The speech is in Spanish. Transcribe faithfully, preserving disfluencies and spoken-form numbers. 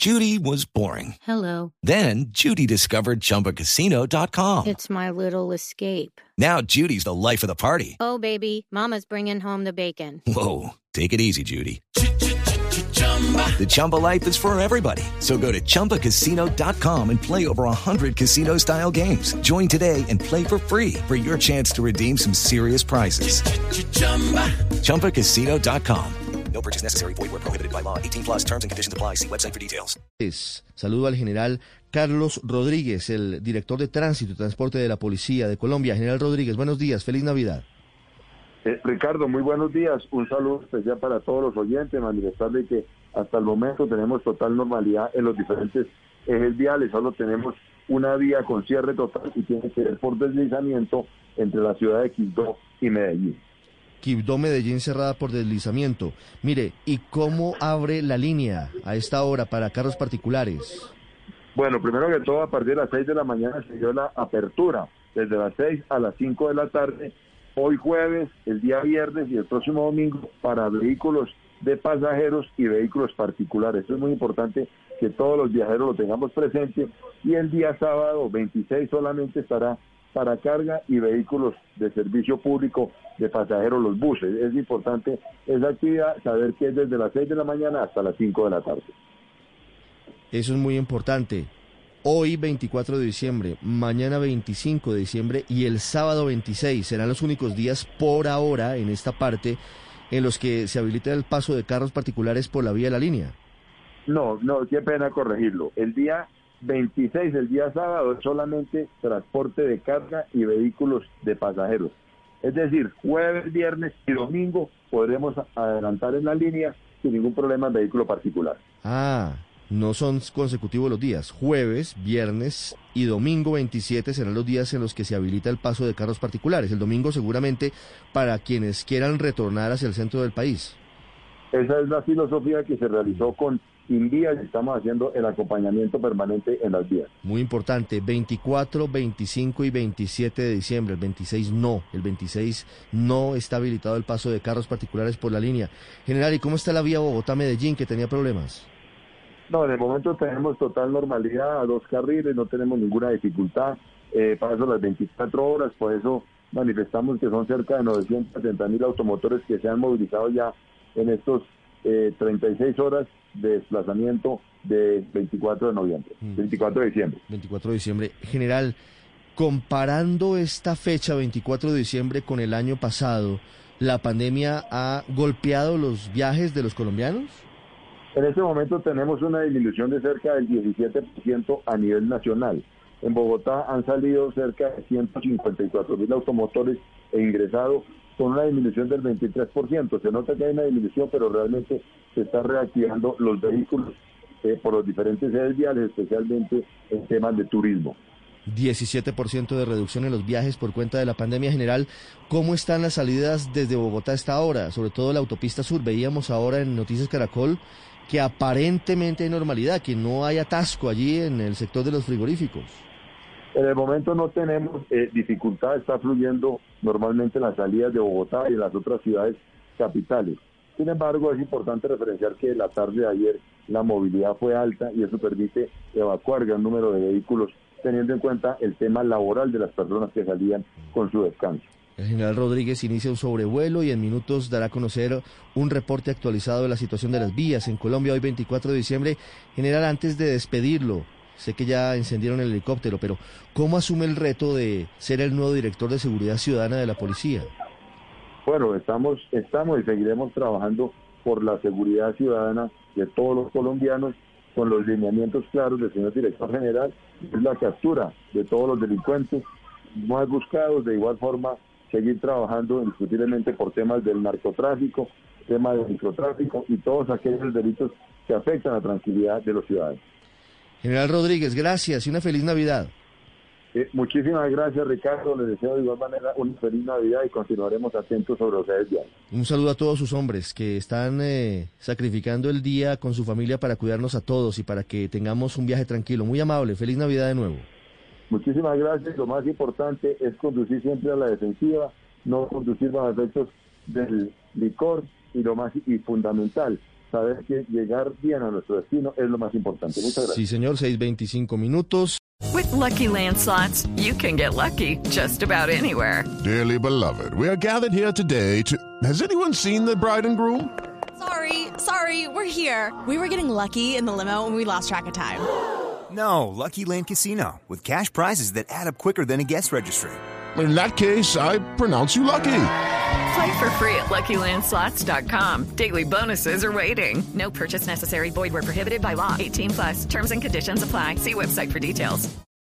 Judy was boring. Hello. Then Judy discovered Chumba Casino dot com. It's my little escape. Now Judy's the life of the party. Oh, baby, mama's bringing home the bacon. Whoa, take it easy, Judy. The Chumba life is for everybody. So go to Chumba Casino dot com and play over one hundred casino-style games. Join today and play for free for your chance to redeem some serious prizes. Chumba Casino dot com. No purchase necessary. Void where prohibited by law. eighteen plus terms and conditions apply. See website for details. Saludo al general Carlos Rodríguez, el director de Tránsito y Transporte de la Policía de Colombia. General Rodríguez, buenos días, feliz Navidad. Eh, Ricardo, muy buenos días. Un saludo especial para todos los oyentes, manifestarle que hasta el momento tenemos total normalidad en los diferentes ejes viales. Solo tenemos una vía con cierre total y tiene que ver por deslizamiento entre la ciudad de Quibdó y Medellín. Quibdó, Medellín cerrada por deslizamiento. Mire, ¿y cómo abre la línea a esta hora para carros particulares? Bueno, primero que todo, a partir de las seis de la mañana se dio la apertura, desde las seis a las cinco de la tarde, hoy jueves, el día viernes y el próximo domingo, para vehículos de pasajeros y vehículos particulares. Eso es muy importante que todos los viajeros lo tengamos presente, y el día sábado veintiséis solamente estará para carga y vehículos de servicio público de pasajeros, los buses. Es importante esa actividad, saber que es desde las seis de la mañana hasta las cinco de la tarde. Eso es muy importante. Hoy veinticuatro de diciembre, mañana veinticinco de diciembre y el sábado veintiséis serán los únicos días por ahora en esta parte en los que se habilita el paso de carros particulares por la vía de la línea. No, no, qué pena corregirlo. El día veintiséis, el día sábado, es solamente transporte de carga y vehículos de pasajeros. Es decir, jueves, viernes y domingo podremos adelantar en la línea sin ningún problema el vehículo particular. Ah, no son consecutivos los días. Jueves, viernes y domingo veintisiete serán los días en los que se habilita el paso de carros particulares. El domingo seguramente para quienes quieran retornar hacia el centro del país. Esa es la filosofía que se realizó con Invías y estamos haciendo el acompañamiento permanente en las vías. Muy importante, veinticuatro, veinticinco y veintisiete de diciembre, el veintiséis no, el veintiséis no está habilitado el paso de carros particulares por la línea. General, ¿y cómo está la vía Bogotá-Medellín, que tenía problemas? No, en el momento tenemos total normalidad, a dos carriles, no tenemos ninguna dificultad, eh, paso las veinticuatro horas, por eso manifestamos que son cerca de novecientos setenta mil automotores que se han movilizado ya en estos eh, treinta y seis horas de desplazamiento de veinticuatro de noviembre, mm. veinticuatro de diciembre. veinticuatro de diciembre. General, comparando esta fecha, veinticuatro de diciembre, con el año pasado, ¿la pandemia ha golpeado los viajes de los colombianos? En este momento tenemos una disminución de cerca del diecisiete por ciento a nivel nacional. En Bogotá han salido cerca de ciento cincuenta y cuatro mil automotores e ingresado con una disminución del veintitrés por ciento. Se nota que hay una disminución, pero realmente se están reactivando los vehículos eh, por los diferentes ejes viales, especialmente en temas de turismo. diecisiete por ciento de reducción en los viajes por cuenta de la pandemia. General, ¿cómo están las salidas desde Bogotá a esta hora? Sobre todo la autopista sur. Veíamos ahora en Noticias Caracol que aparentemente hay normalidad, que no hay atasco allí en el sector de los frigoríficos. En el momento no tenemos eh, dificultad, está fluyendo normalmente las salidas de Bogotá y de las otras ciudades capitales. Sin embargo, es importante referenciar que la tarde de ayer la movilidad fue alta y eso permite evacuar gran número de vehículos, teniendo en cuenta el tema laboral de las personas que salían con su descanso. El general Rodríguez inicia un sobrevuelo y en minutos dará a conocer un reporte actualizado de la situación de las vías en Colombia hoy veinticuatro de diciembre. General, antes de despedirlo, sé que ya encendieron el helicóptero, pero ¿cómo asume el reto de ser el nuevo director de Seguridad Ciudadana de la Policía? Bueno, estamos, estamos y seguiremos trabajando por la seguridad ciudadana de todos los colombianos con los lineamientos claros del señor director general, es la captura de todos los delincuentes más buscados, de igual forma seguir trabajando indiscutiblemente por temas del narcotráfico, temas del microtráfico y todos aquellos delitos que afectan la tranquilidad de los ciudadanos. General Rodríguez, gracias y una feliz Navidad. Eh, muchísimas gracias, Ricardo. Les deseo de igual manera una feliz Navidad y continuaremos atentos sobre los ejes viales. Un saludo a todos sus hombres que están eh, sacrificando el día con su familia para cuidarnos a todos y para que tengamos un viaje tranquilo. Muy amable. Feliz Navidad de nuevo. Muchísimas gracias. Lo más importante es conducir siempre a la defensiva, no conducir bajo efectos del licor y lo más y fundamental, saber que llegar bien a nuestro destino es lo más importante. Muchas gracias. Sí, señor, seis veinticinco minutos. With Lucky Land Slots, you can get lucky just about anywhere. Dearly beloved, we are gathered here today to... Has anyone seen the bride and groom? Sorry, sorry, we're here. We were getting lucky in the limo and we lost track of time. No, Lucky Land Casino, with cash prizes that add up quicker than a guest registry. In that case, I pronounce you lucky. Play for free at Lucky Land Slots dot com. Daily bonuses are waiting. No purchase necessary. Void where prohibited by law. eighteen plus. Terms and conditions apply. See website for details.